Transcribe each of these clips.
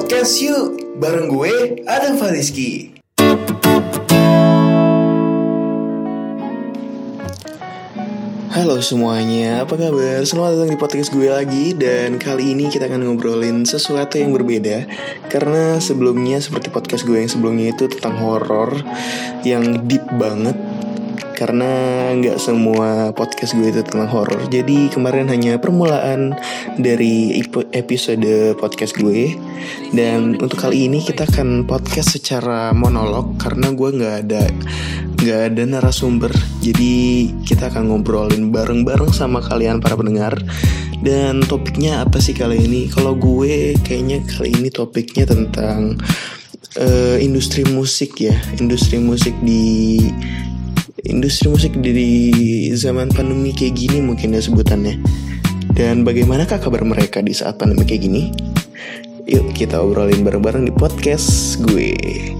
podcast yuk, bareng gue Adam Fariski. Halo semuanya, apa kabar? Selamat datang di podcast gue lagi. Dan kali ini kita akan ngobrolin sesuatu yang berbeda. Karena sebelumnya seperti podcast gue yang sebelumnya itu tentang horor yang deep banget. Karena gak semua podcast gue itu tentang horor. Jadi kemarin hanya permulaan dari episode podcast gue. Dan untuk kali ini kita akan podcast secara monolog. Karena gue gak ada narasumber. Jadi kita akan ngobrolin bareng-bareng sama kalian para pendengar. Dan topiknya apa sih kali ini? Kalau gue kayaknya kali ini topiknya tentang industri musik ya. Industri musik di zaman pandemi kayak gini mungkin ya sebutannya. Dan bagaimanakah kabar mereka di saat pandemi kayak gini? Yuk kita obrolin bareng-bareng di podcast gue.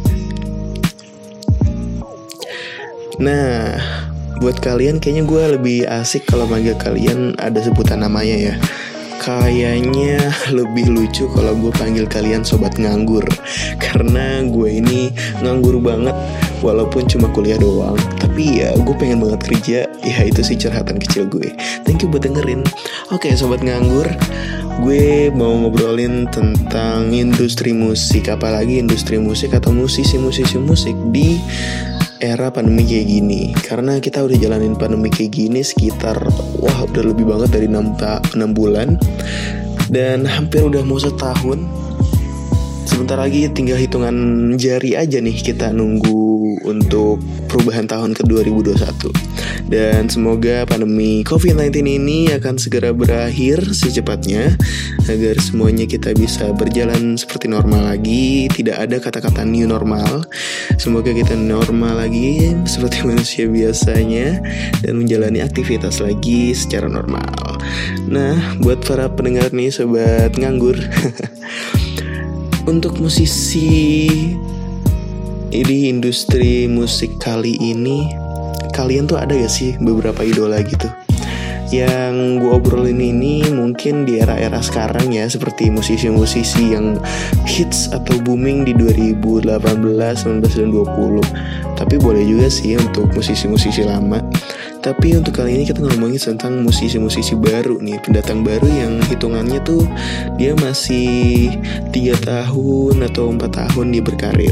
Nah, buat kalian kayaknya gue lebih asik kalau manggil kalian ada sebutan namanya ya. Kayaknya lebih lucu kalau gue panggil kalian sobat nganggur. Karena gue ini nganggur banget. Walaupun cuma kuliah doang, tapi ya gue pengen banget kerja. Ya itu sih curhatan kecil gue. Thank you buat dengerin. Oke sobat nganggur, gue mau ngobrolin tentang industri musik. Apalagi industri musik atau musisi-musisi musik di era pandemi kayak gini. Karena kita udah jalanin pandemi kayak gini sekitar udah lebih banget dari 6 bulan. Dan hampir udah mau setahun. Sebentar lagi tinggal hitungan jari aja nih kita nunggu untuk perubahan tahun ke 2021. Dan semoga pandemi COVID-19 ini akan segera berakhir secepatnya, agar semuanya kita bisa berjalan seperti normal lagi. Tidak ada kata-kata new normal. Semoga kita normal lagi seperti manusia biasanya dan menjalani aktivitas lagi secara normal. Nah, buat para pendengar nih sobat nganggur, untuk musisi di industri musik kali ini, kalian tuh ada gak sih beberapa idola gitu? Yang gue obrolin ini mungkin di era-era sekarang ya, seperti musisi-musisi yang hits atau booming di 2018, 19, dan 20. Tapi boleh juga sih untuk musisi-musisi lama. Tapi untuk kali ini kita ngomongin tentang musisi-musisi baru nih, pendatang baru yang hitungannya tuh dia masih 3 tahun atau 4 tahun dia berkarir.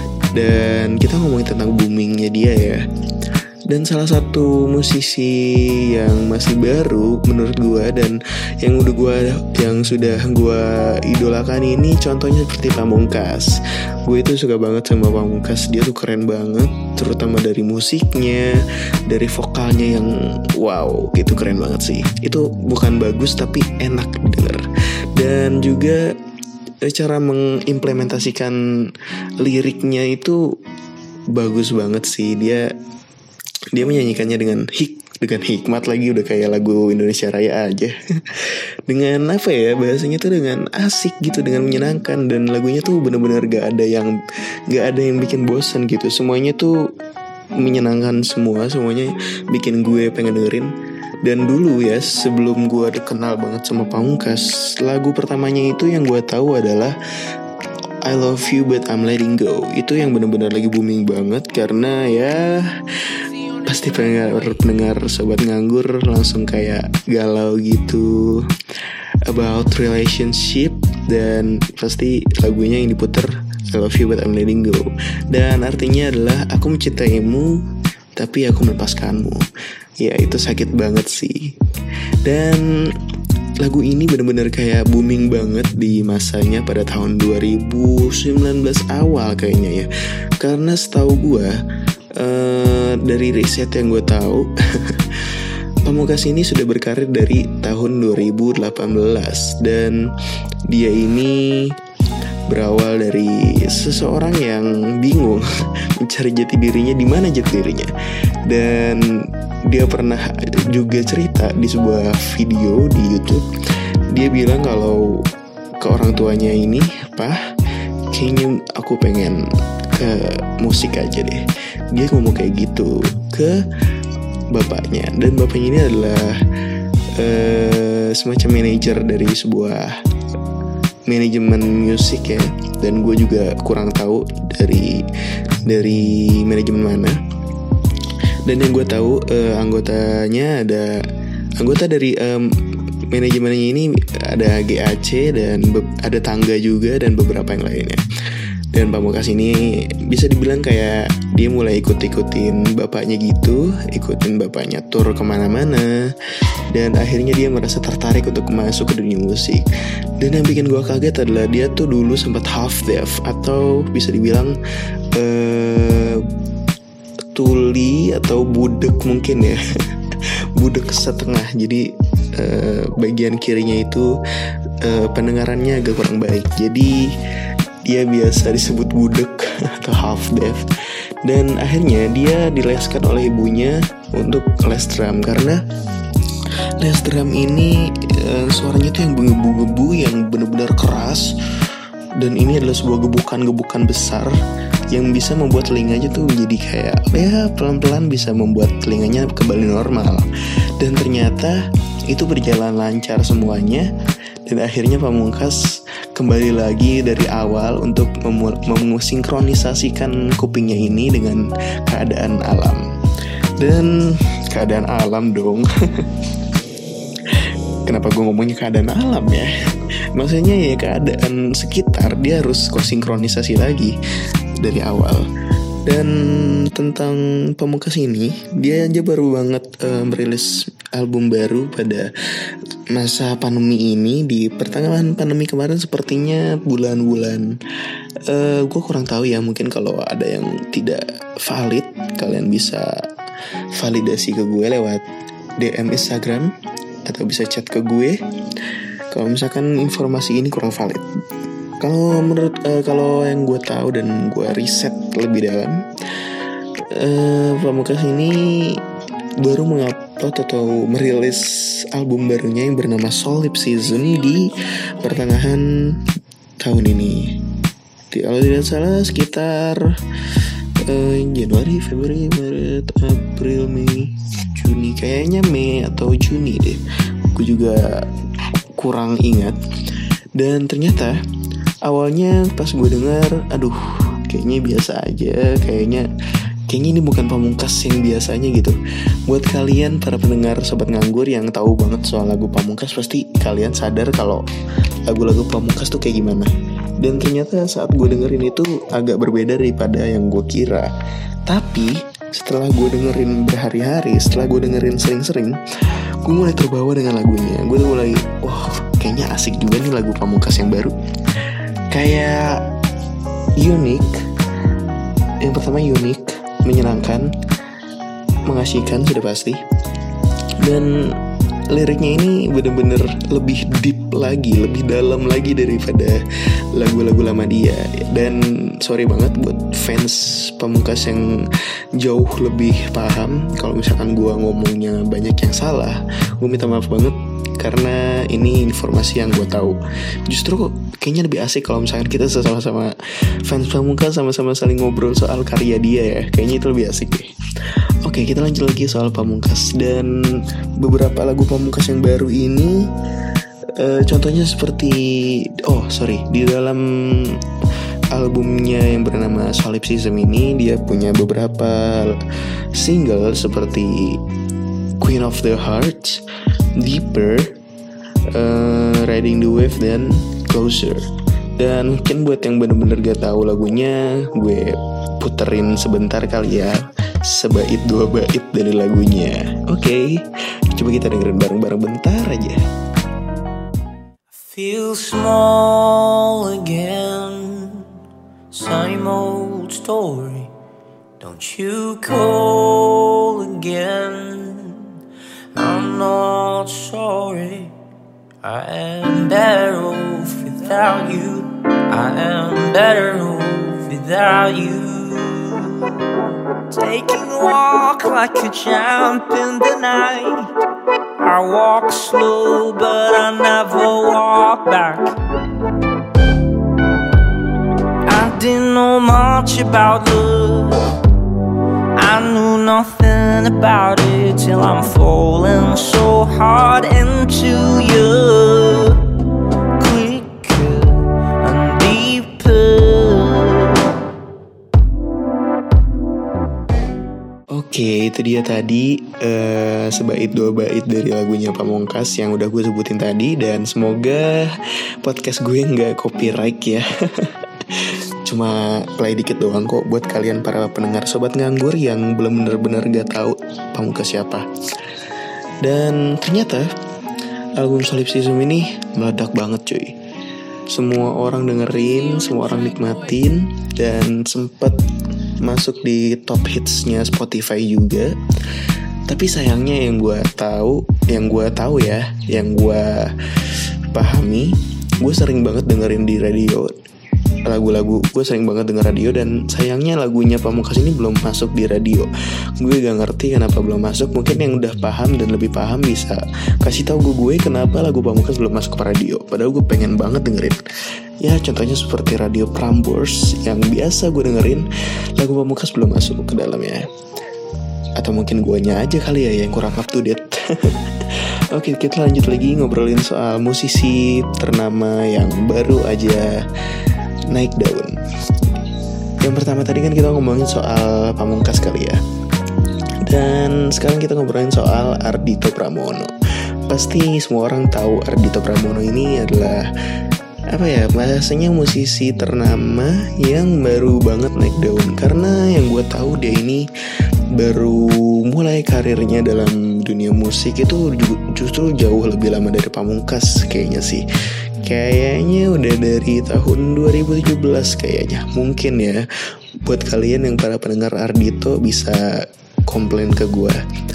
Dan kita ngomongin tentang boomingnya dia ya. Dan salah satu musisi yang masih baru menurut gue dan yang sudah gue idolakan ini contohnya seperti Pamungkas. Gue itu suka banget sama Pamungkas. Dia tuh keren banget, terutama dari musiknya, dari vokalnya yang wow, itu keren banget sih. Itu bukan bagus tapi enak didengar. Dan juga cara mengimplementasikan liriknya itu bagus banget sih. Dia menyanyikannya dengan hikmat lagi, udah kayak lagu Indonesia Raya aja. Dengan apa ya, bahasanya tuh dengan asik gitu, dengan menyenangkan. Dan lagunya tuh benar-benar gak ada yang bikin bosan gitu. Semuanya tuh menyenangkan semuanya bikin gue pengen dengerin. Dan dulu ya, sebelum gue kenal banget sama Pamungkas, lagu pertamanya itu yang gue tahu adalah I Love You But I'm Letting Go. Itu yang benar-benar lagi booming banget. Karena ya pasti pendengar sobat nganggur langsung kayak galau gitu about relationship. Dan pasti lagunya yang diputer I Love You But I'm Letting Go. Dan artinya adalah aku mencintaimu tapi aku melepaskanmu. Ya itu sakit banget sih. Dan lagu ini benar-benar kayak booming banget di masanya pada tahun 2019 awal kayaknya ya. Karena setahu gue dari riset yang gue tahu Pamungkas ini sudah berkarir dari tahun 2018. Dan dia ini berawal dari seseorang yang bingung mencari jati dirinya, di mana jati dirinya. Dan dia pernah juga cerita di sebuah video di YouTube. Dia bilang kalau ke orang tuanya ini, "Pak, kayaknya aku pengen ke musik aja deh." Dia ngomong kayak gitu ke bapaknya. Dan bapaknya ini adalah semacam manajer dari sebuah manajemen musik ya, dan gue juga kurang tahu dari manajemen mana. Dan yang gue tahu anggota dari manajemennya ini ada GAC dan ada Tangga juga dan beberapa yang lainnya. Dan Pamungkas ini bisa dibilang kayak dia mulai ikut-ikutin bapaknya gitu, ikutin bapaknya tur kemana-mana, dan akhirnya dia merasa tertarik untuk masuk ke dunia musik. Dan yang bikin gue kaget adalah dia tuh dulu sempat half deaf, atau bisa dibilang tuli atau budek mungkin ya. Budek setengah, jadi bagian kirinya itu pendengarannya agak kurang baik, jadi dia biasa disebut budek atau half deaf. Dan akhirnya dia dileskan oleh ibunya untuk les drum, karena les drum ini suaranya tuh yang menggebu-gebu, yang benar-benar keras, dan ini adalah sebuah gebukan besar yang bisa membuat telinganya tuh jadi kayak ya pelan-pelan bisa membuat telinganya kembali normal. Dan ternyata itu berjalan lancar semuanya, dan akhirnya Pamungkas kembali lagi dari awal untuk mensinkronisasikan kupingnya ini dengan keadaan alam. Dan keadaan alam dong. Kenapa gue ngomongnya keadaan alam ya? Maksudnya ya keadaan sekitar, dia harus sinkronisasi lagi dari awal. Dan tentang Pamungkas ini, dia aja baru banget merilis album baru pada masa pandemi ini. Di pertengahan pandemi kemarin, sepertinya bulan-bulan gue kurang tahu ya, mungkin kalau ada yang tidak valid, kalian bisa validasi ke gue lewat DM Instagram atau bisa chat ke gue kalau misalkan informasi ini kurang valid. Kalau yang gue tahu dan gue riset lebih dalam, Pamungkas ini baru mengupload atau merilis album barunya yang bernama Solipsism di pertengahan tahun ini. Kalau tidak salah sekitar Januari, Februari, Maret, April, Mei, Juni. Kayaknya Mei atau Juni deh, gue juga kurang ingat. Dan ternyata awalnya pas gue dengar, aduh kayaknya biasa aja, kayaknya ini bukan Pamungkas yang biasanya gitu. Buat kalian para pendengar Sobat Nganggur yang tahu banget soal lagu Pamungkas, pasti kalian sadar kalau lagu-lagu Pamungkas tuh kayak gimana. Dan ternyata saat gue dengerin itu agak berbeda daripada yang gue kira. Tapi setelah gue dengerin berhari-hari, setelah gue dengerin sering-sering, gue mulai terbawa dengan lagunya. Gue tuh mulai, wah kayaknya asik juga nih lagu Pamungkas yang baru. Kayak unik. Yang pertama unik, menyenangkan, mengasyikan sudah pasti. Dan liriknya ini bener-bener lebih deep lagi, lebih dalam lagi daripada lagu-lagu lama dia. Dan sorry banget buat fans Pamungkas yang jauh lebih paham kalau misalkan gue ngomongnya banyak yang salah. Gue minta maaf banget, karena ini informasi yang gue tahu. Justru kayaknya lebih asik kalau misalkan kita sama-sama fans Pamungkas sama-sama saling ngobrol soal karya dia ya. Kayaknya itu lebih asik deh. Oke, kita lanjut lagi soal Pamungkas. Dan beberapa lagu Pamungkas yang baru ini, contohnya seperti di dalam albumnya yang bernama Solipsism ini, dia punya beberapa single seperti Queen of the Hearts, Deeper, Riding the Wave, dan Closer. Dan mungkin buat yang bener-bener gak tahu lagunya, gue puterin sebentar kali ya, sebait dua bait dari lagunya. Oke, coba kita dengerin bareng-bareng bentar aja. Feel small again, same old story. Don't you call again, I'm not sorry. I am better off without you, I am better off without you. Taking a walk like a champ in the night, I walk slow but I never walk back. I didn't know much about love, I knew nothing about it till I'm falling so hard into you. Quicker Oke, itu dia tadi sebait dua bait dari lagunya Pamungkas yang udah gue sebutin tadi. Dan semoga podcast gue gak copyright ya. Cuma play dikit doang kok buat kalian para pendengar Sobat Nganggur yang belum bener-bener gak tahu Pamungkas siapa. Dan ternyata album Solipsism ini meledak banget cuy. Semua orang dengerin, semua orang nikmatin, dan sempet masuk di top hitsnya Spotify juga. Tapi sayangnya yang gue pahami, gue sering banget dengerin di radio lagu-lagu, gue sering banget denger radio, dan sayangnya lagunya Pamungkas ini belum masuk di radio. Gue gak ngerti kenapa belum masuk. Mungkin yang udah paham dan lebih paham bisa kasih tahu gue kenapa lagu Pamungkas belum masuk ke radio. Padahal gue pengen banget dengerin. Ya contohnya seperti radio Prambors yang biasa gue dengerin, lagu Pamungkas belum masuk ke dalamnya. Atau mungkin guanya aja kali ya yang kurang up to date. Oke, kita lanjut lagi ngobrolin soal musisi ternama yang baru aja naik daun. Yang pertama tadi kan kita ngomongin soal Pamungkas kali ya. Dan sekarang kita ngobrolin soal Ardhito Pramono. Pasti semua orang tahu Ardhito Pramono ini adalah bahasanya musisi ternama yang baru banget naik daun. Karena yang gue tahu dia ini baru mulai karirnya dalam dunia musik itu justru jauh lebih lama dari Pamungkas kayaknya sih. Kayaknya udah dari tahun 2017 kayaknya. Mungkin ya buat kalian yang para pendengar Ardhito bisa komplain ke gue.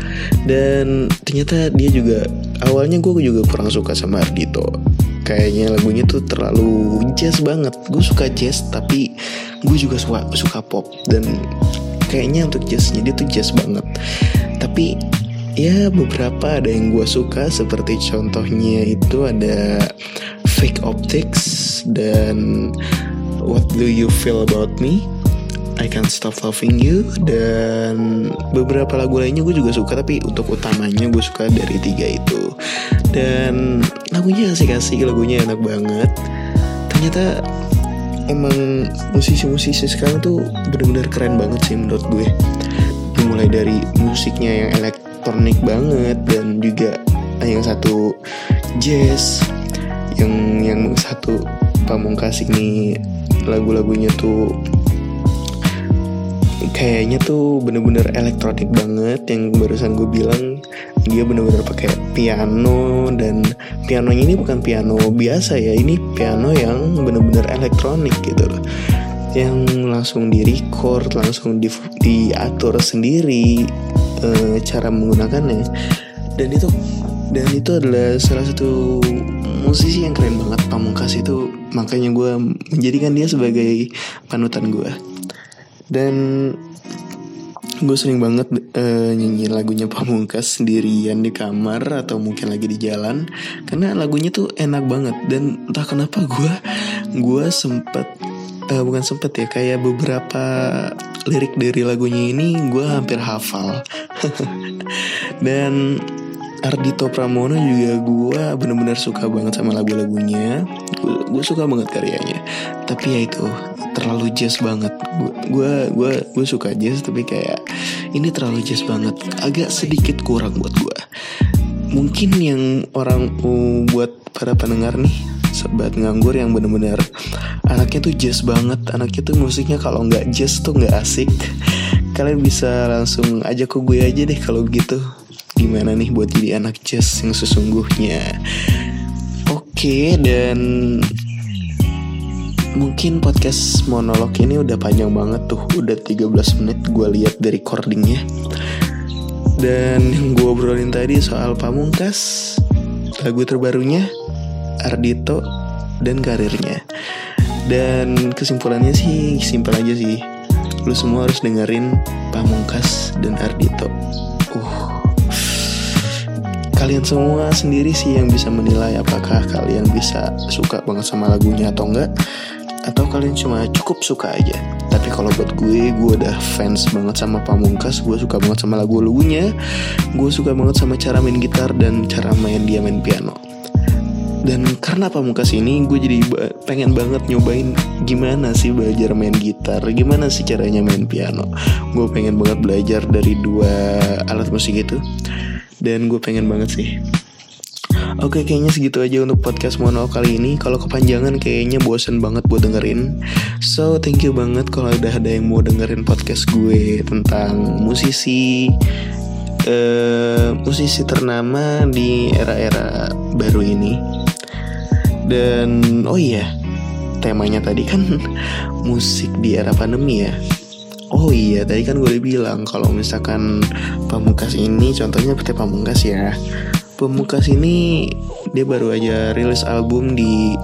Dan ternyata dia juga, awalnya gue juga kurang suka sama Ardhito. Kayaknya lagunya tuh terlalu jazz banget. Gue suka jazz tapi gue juga suka pop. Dan kayaknya untuk jazznya dia tuh jazz banget. Tapi ya beberapa ada yang gue suka. Seperti contohnya itu ada Fake Optics dan What Do You Feel About Me, I Can't Stop Loving You, dan beberapa lagu lainnya gue juga suka. Tapi untuk utamanya gue suka dari 3 itu. Dan lagunya asik-asik, lagunya enak banget. Ternyata emang musisi-musisi sekarang tuh benar-benar keren banget sih menurut gue. Dimulai dari musiknya yang elektronik banget, dan juga yang satu jazz, yang satu Pamungkas ini lagu-lagunya tuh kayaknya tuh bener-bener elektronik banget. Yang barusan gue bilang dia bener-bener pakai piano, dan pianonya ini bukan piano biasa ya, ini piano yang bener-bener elektronik gitu loh, yang langsung di record, langsung diatur sendiri cara menggunakannya. Dan itu adalah salah satu musisi yang keren banget, Pamungkas itu. Makanya gue menjadikan dia sebagai panutan gue. Dan gue sering banget nyanyi lagunya Pamungkas sendirian di kamar atau mungkin lagi di jalan, karena lagunya tuh enak banget. Dan entah kenapa gue kayak beberapa lirik dari lagunya ini gue hampir hafal. Dan Ardhito Pramono juga gue benar-benar suka banget sama lagu-lagunya. Gue suka banget karyanya. Tapi ya itu terlalu jazz banget. Gue suka jazz, tapi kayak ini terlalu jazz banget. Agak sedikit kurang buat gue. Mungkin yang buat para pendengar nih, Sobat Nganggur yang benar-benar anaknya tuh jazz banget, anaknya tuh musiknya kalau nggak jazz tuh nggak asik, kalian bisa langsung ajak ke gue aja deh kalau gitu. Gimana nih buat jadi anak jazz yang sesungguhnya. Oke, dan mungkin podcast monolog ini udah panjang banget tuh. Udah 13 menit gue lihat dari recordingnya. Dan yang gue obrolin tadi soal Pamungkas, lagu terbarunya, Ardhito, dan karirnya. Dan kesimpulannya sih simpel aja sih, lu semua harus dengerin Pamungkas dan Ardhito. Kalian semua sendiri sih yang bisa menilai apakah kalian bisa suka banget sama lagunya atau enggak, atau kalian cuma cukup suka aja. Tapi kalau buat gue udah fans banget sama Pamungkas. Gue suka banget sama lagu-lagunya, gue suka banget sama cara main gitar dan cara dia main piano. Dan karena Pamungkas ini gue jadi pengen banget nyobain gimana sih belajar main gitar, gimana sih caranya main piano. Gue pengen banget belajar dari 2 alat musik itu. Dan gue pengen banget sih. Oke, kayaknya segitu aja untuk podcast mono kali ini. Kalau kepanjangan kayaknya bosen banget buat dengerin. So thank you banget kalau udah ada yang mau dengerin podcast gue tentang musisi ternama di era-era baru ini. Dan oh iya, temanya tadi kan musik di era pandemi ya. Oh iya, tadi kan gue udah bilang kalau misalkan Pamungkas ini, contohnya seperti Pamungkas ya. Pamungkas ini dia baru aja rilis album di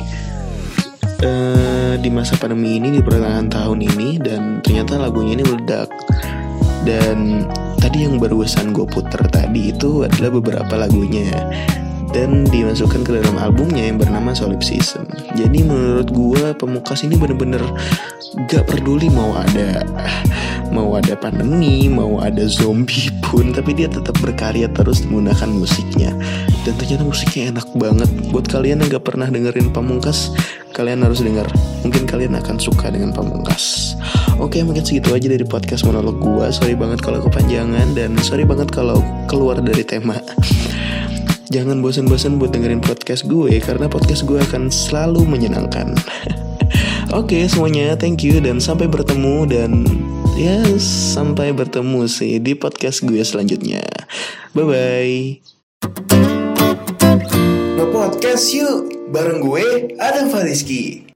masa pandemi ini, di pertengahan tahun ini, dan ternyata lagunya ini meledak. Dan tadi yang barusan gue puter tadi itu adalah beberapa lagunya dan dimasukkan ke dalam albumnya yang bernama Solipsism. Jadi menurut gue Pamungkas ini bener-bener gak peduli mau ada pandemi, mau ada zombie pun, tapi dia tetap berkarya terus menggunakan musiknya. Dan ternyata musiknya enak banget. Buat kalian yang gak pernah dengerin Pamungkas, kalian harus denger. Mungkin kalian akan suka dengan Pamungkas. Oke, mungkin segitu aja dari podcast monolog gue. Sorry banget kalau kepanjangan, dan sorry banget kalau keluar dari tema. Jangan bosan-bosan buat dengerin podcast gue, karena podcast gue akan selalu menyenangkan. Oke, semuanya thank you dan sampai bertemu. Dan ya sampai bertemu sih di podcast gue selanjutnya. Bye-bye. Podcast yuk bareng gue Adam Fariski.